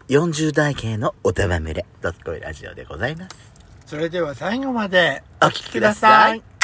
40代系のおたまむれドスコイラジオでございます。 それでは最後までお聞きください。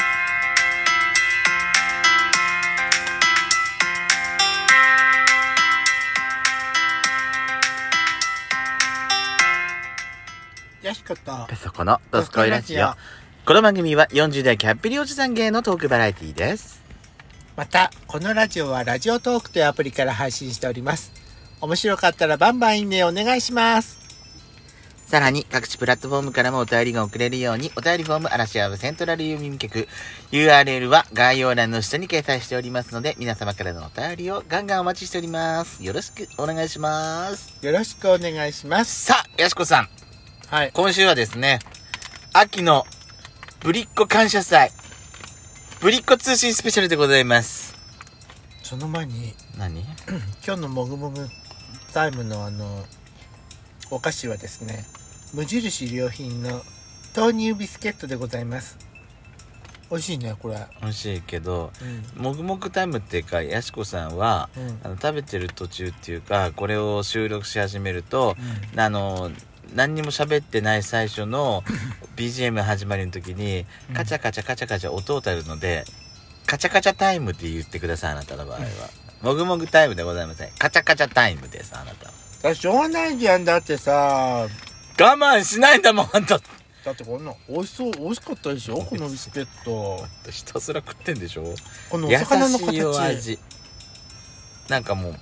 よしことペソコのドスコイラジオ。この番組は40代キャッピリおじさん芸のトークバラエティです。 またこのラジオはラジオトークというアプリから配信しております。面白かったらバンバンいいねお願いします。 さらに各種プラットフォームからもお便りが送れるようにお便りフォーム嵐山セントラル郵便局 URL は概要欄の下に掲載しておりますので、皆様からのお便りをガンガンお待ちしております。よろしくお願いします。 よろしくお願いします。 さあ、やしこさん、 はい、 今週はですね、秋のぶりっ子感謝祭ぶりっ子通信スペシャルでございます。 その前に何今日のもぐもぐタイムのお菓子はですね、無印良品の豆乳ビスケットでございます。美味しいねこれ。 美味しいけど、もぐもぐタイムっていうか、やしこさんは、食べてる途中っていうか、これを収録し始めると、何にも喋ってない最初の BGM 始まりの時にカチャカチャカチャカチャ音をたるので、カチャカチャタイムって言ってください。あなたの場合はもぐもぐタイムでございません。カチャカチャタイムです。あなたはしょうがないじゃん。だってさ、 我慢しないんだもん。あんただってこんな美味しかったでしょこのビスケット。 ひたすら食ってんでしょ。 このお魚の形、 優しい味。なんかもう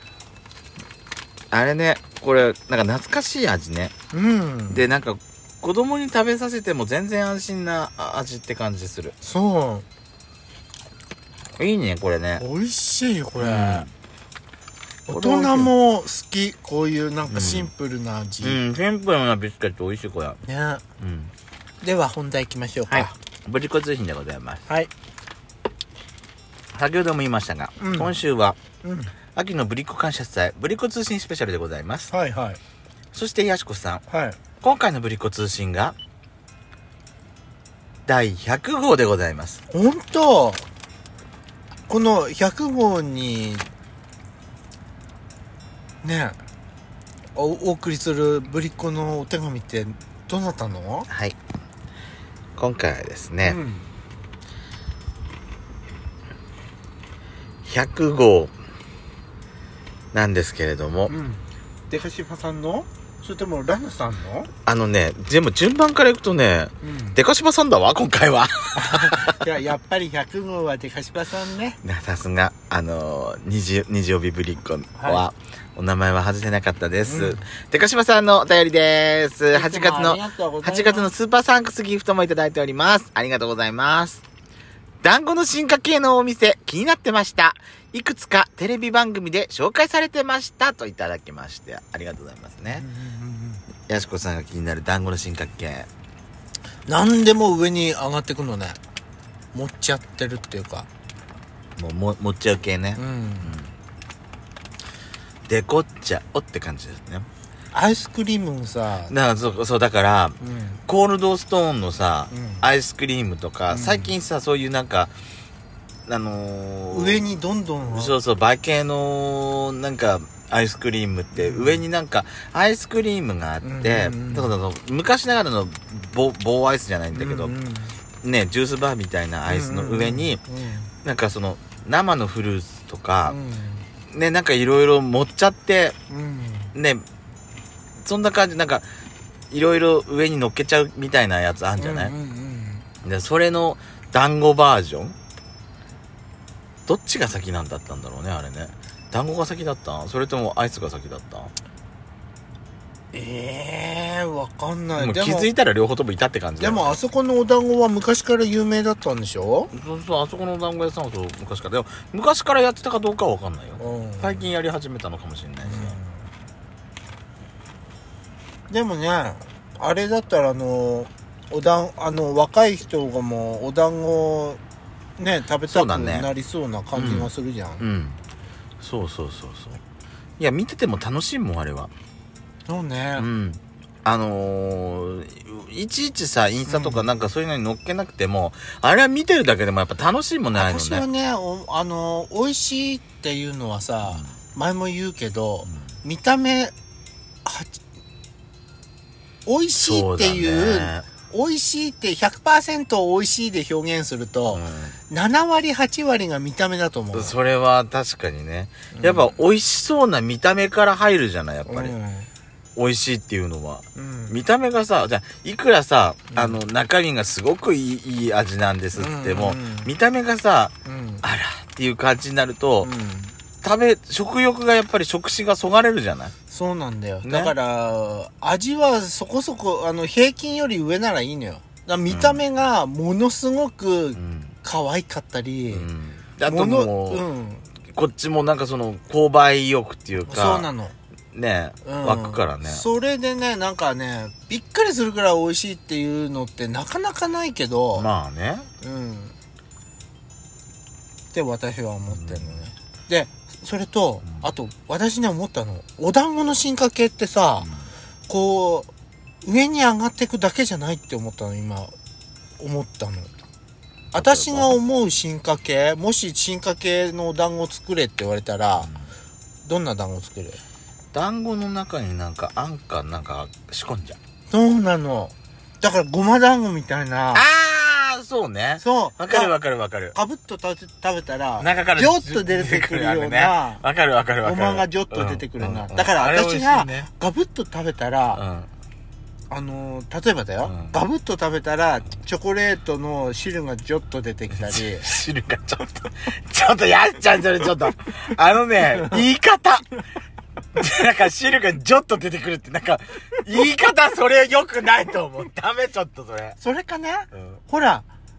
あれね、これなんか懐かしい味ね。で、なんか子供に食べさせても全然安心な味って感じする。 そういいねこれね。 美味しいよこれ、大人も好き。こういうなんかシンプルな味、 シンプルなビスケット美味しいこれね。では本題いきましょうか。はい、 ぶりっ子通信でございます。 はい、 先ほども言いましたが、今週は、秋のぶりっ子感謝祭ぶりっ子通信スペシャルでございます。 はいはい。 そしてやしこさん、 はい、 今回のぶりっ子通信が第100号でございます。 本当？この100号にねお送りするぶりっ子のお手紙ってどなたの？ はい、今回はですね、100号なんですけれども、 デカシファさんの？それともラナさんの？ 全部順番からいくとね、デカシバさんだわ今回は。 やっぱり100号はデカシバさんね。 さすが二帯ぶりっ子は、お名前は外せなかったです。デカシバさんのお便りです。8月のスーパーサンクスギフトもいただいております。ありがとうございます。団子の進化系のお店気になってました。いくつかテレビ番組で紹介されてましたといただきまして、ありがとうございますね。やしこさんが気になる団子の進化系、 何でも上に上がってくのね。持っちゃってるっていうか、 もう持っちゃう系ね。デコっちゃおって感じですね。 アイスクリームもさ、 そうだから、コールドストーンのさ、アイスクリームとか、最近さ、そういうなんか上にどんどんバイ系のなんかアイスクリームって上になんかアイスクリームがあって、昔ながらの棒アイスじゃないんだけど、ね、ジュースバーみたいなアイスの上に、なんかその生のフルーツとか、ね、なんかいろいろ盛っちゃって、ね、そんな感じ、なんかいろいろ上に乗っけちゃうみたいなやつあるんじゃない？でそれの団子バージョン、どっちが先なんだったんだろうね、あれね。団子が先だった？それともアイスが先だった？ わかんない。 もう気づいたら両方ともいたって感じだよね。 でもあそこのお団子は昔から有名だったんでしょ？ そう、あそこのお団子屋さんはそう昔から。でも昔からやってたかどうかは分かんないよ。最近やり始めたのかもしれないし、 でもね、あれだったら若い人がもうお団子ね食べたくなりそうな感じがするじゃん。 そういや見てても楽しいもんあれは。 そうね。 いちいちさインスタとかなんかそういうのに載っけなくても、あれは見てるだけでもやっぱ楽しいもんね。 私はね、美味しいっていうのはさ、前も言うけど、見た目美味しいっていう美味しいって 100% 美味しいで表現すると、7割8割が見た目だと思う。 それは確かにね。やっぱ美味しそうな見た目から入るじゃない、やっぱり。美味しいっていうのは。見た目がさ、じゃあ、いくらさ、中身がすごくいい味なんですっても、見た目がさ、あらっていう感じになると、食欲がやっぱり食指がそがれるじゃない。 そうなんだよ。ね、だから、味はそこそこ、平均より上ならいいのよ。だ見た目がものすごく可愛かったり、 あともう、こっちもなんかその、購買意欲っていうか、 そうなの。 ね、湧くからね。 それでね、なんかね、びっくりするぐらい美味しいっていうのってなかなかないけど、 まあね。 って私は思ってるのね。で、それと、あと、私ね、思ったの。お団子の進化系ってさ、こう、上に上がっていくだけじゃないって思ったの、今。思ったの。私が思う進化系、もし進化系のお団子作れって言われたら、どんな団子作れ？ 団子の中になんか、あんかなんか仕込んじゃう。 そうなの。だから、ごま団子みたいな。 そうね。 そう。 わかるわかるわかる。 かぶっと食べたら、 中からジョッと出てくるような、 わかるわかるわかる。 ごまがジョッと出てくるような。だから私が、ガブッと食べたら、例えばだよ、ガブッと食べたら、チョコレートの汁がジョッと出てきたり。 汁がちょっとやっちゃん、それちょっと。言い方なんか汁がジョッと出てくるって、なんか、言い方それ良くないと思う。ダメ、ちょっとそれ。 それかね、ほら、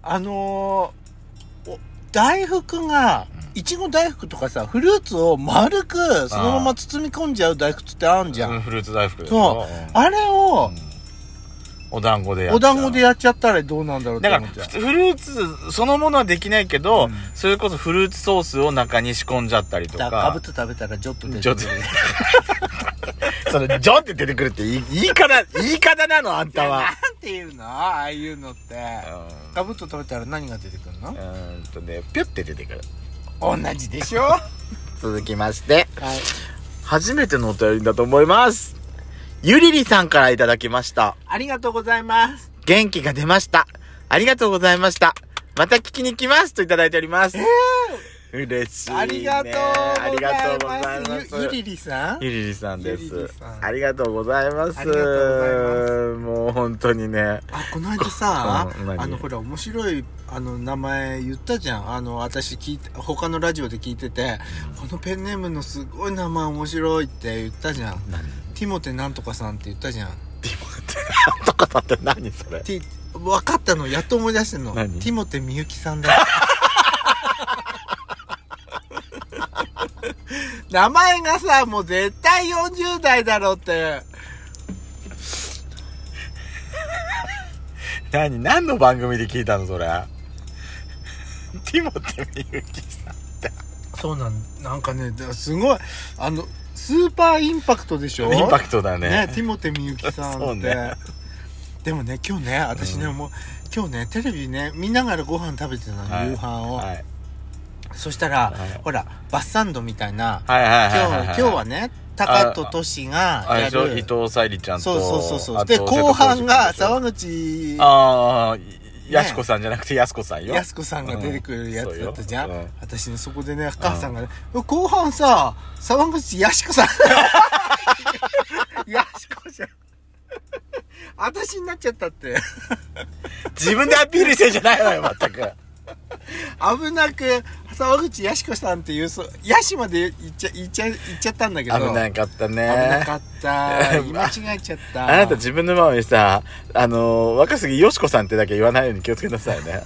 大福が、いちご大福とかさ、フルーツを丸くそのまま包み込んじゃう大福ってあるじゃん。 フルーツ大福でしょ。そう。あれを、 お団子でやっちゃったらどうなんだろうって思っちゃう。 だからフルーツそのものはできないけど、それこそフルーツソースを中に仕込んじゃったりとか。 ガブッと食べたらジョッと出てくる。 そのジョって出てくるって言い方なのあんたは。 なんて言うのああいうのって。ガブッと食べたら何が出てくるの？ ピュって出てくる。 同じでしょ。 続きまして、初めてのお便りだと思います。ゆりりさんからいただきました。 ありがとうございます。 元気が出ました。ありがとうございました。また聞きに来ますといただいております。嬉しい、ね。 ありがとうございます。ゆりりさん？ ゆりりさんです。ありがとうございます。 ありがとうございます。 もう本当にね。 この間さ、ほら、面白い、名前言ったじゃん。私他のラジオで聞いてて、このペンネームのすごい名前面白いって言ったじゃん。ティモテなんとかさんって言ったじゃん。 ティモテなんとかさんって何それ？ 分かったの、やっと思い出してんの。ティモテみゆきさんだ。名前がさ、もう絶対40代だろって。 何の番組で聞いたのそれ？ティモテみゆきさんって。 そうなんかね、すごい、スーパーインパクトでしょ？ インパクトだね。 ティモテみゆきさんって。そうね。でもね、今日ね、私ね、もう、今日ね、テレビね、見ながらご飯食べてたの、夕飯を。そしたら、ほら、バスサンドみたいな、今日はね、タカとトシがやる。 伊藤沙莉ちゃんと。 そう。で、後半が沢口、 やしこさんじゃなくてやすこさんよ。 やすこさんが出てくるやつだったじゃん。私ね、そこでね、母さんがね、後半さ、沢口やしこさん。やしこじゃん。私になっちゃったって。 自分でアピールしてんじゃないわよ、まったく。 危なく沢口やしこさんっていうやしまで言っちゃったんだけど、 危なかったね。 危なかった言い間違えちゃったあなた自分のままにさ若杉よしこさんってだけ言わないように気をつけなさいね。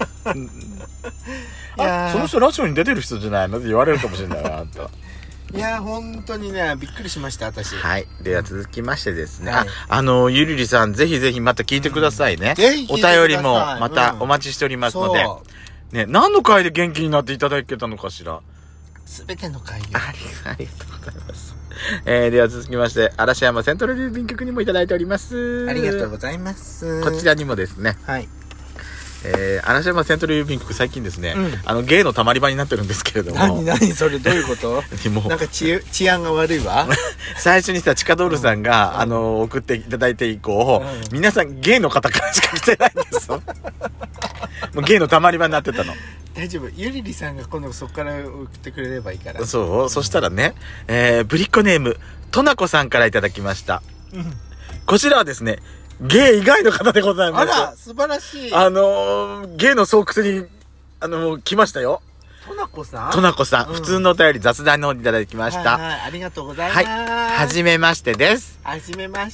その人ラジオに出てる人じゃないのって言われるかもしれないわあんた。 いや本当にねびっくりしました私。 はい。では続きましてですね、ゆりりさんぜひぜひまた聞いてくださいね。お便りもまたお待ちしておりますので、ね、何の回で元気になっていただけたのかしら。 すべての回よ。 ありがとうございます。では続きまして、嵐山セントラル郵便局にもいただいております。 ありがとうございます。 こちらにもですね、 はい。 嵐山セントル郵便局最近ですね、 うゲイのたまり場になってるんですけれども。 何それどういうこともうなんか治安が悪いわ最初にさ、チカドールさんが、送っていただいて以降、皆さんゲイの方からしか来てないんですよ。もうゲイのたまり場になってたの。 大丈夫、ゆりりさんが今度そこから送ってくれればいいから。 そう、そしたらね、ぶりっ子ネーム、となこさんからいただきました。こちらはですね、ゲイ以外の方でございます。 あら、素晴らしい。 ゲイの巣窟に、来ましたよ。 となこさんとなこさん、普通のお便り雑談の方にいただきました。 はい、ありがとうございます。 はじめましてです。 はじめまして。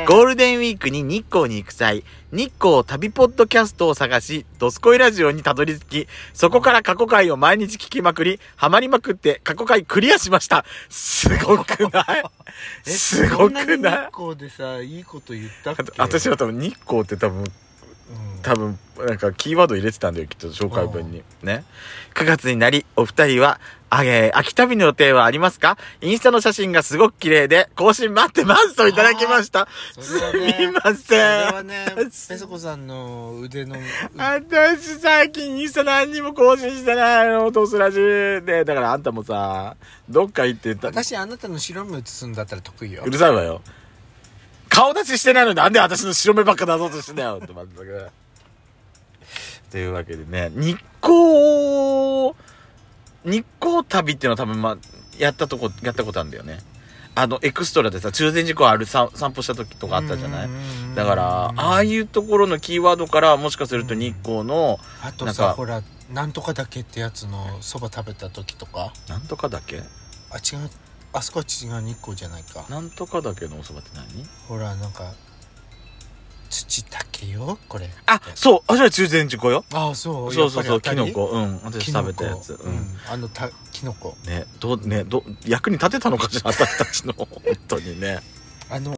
ゴールデンウィークに日光に行く際、日光旅ポッドキャストを探し、ドスコイラジオにたどり着き、そこから過去回を毎日聞きまくり、ハマりまくって過去回クリアしました。すごくないすごくない？ そんなに日光でさ、いいこと言ったっけ？ 私は多分日光って多分なんかキーワード入れてたんだよ、きっと紹介文にね。9月になりお二人は秋旅の予定はありますか？インスタの写真がすごく綺麗で更新待ってますといただきました。すみません。それはね、ペソコさんの腕の私最近インスタ何にも更新してないの、トスラジで。だからあんたもさ、どっか行って私あなたの白目映すんだったら得意よ。 うるさいわよ。顔出ししてないのになんで私の白目ばっか出そうとしてんだよってまったく。というわけでね、日光旅っていうのは多分やったことあるんだよね。エクストラでさ、中禅寺湖散歩した時とかあったじゃない？だから、ああいうところのキーワードから、もしかすると日光の、 あとさ、ほら、なんとかだけってやつのそば食べた時とか。 なんとかだけ？ 違う。あそこは違う、日光じゃないか。 なんとかだけのお蕎麦って何？ ほら、なんか、土だけよこれ。 あ、そう、あれは中禅寺湖よ。 あ、そう。 そう、キノコ。私食べたやつ。 キノコ。 ね、役に立てたのかしら、私たちの。本当にね。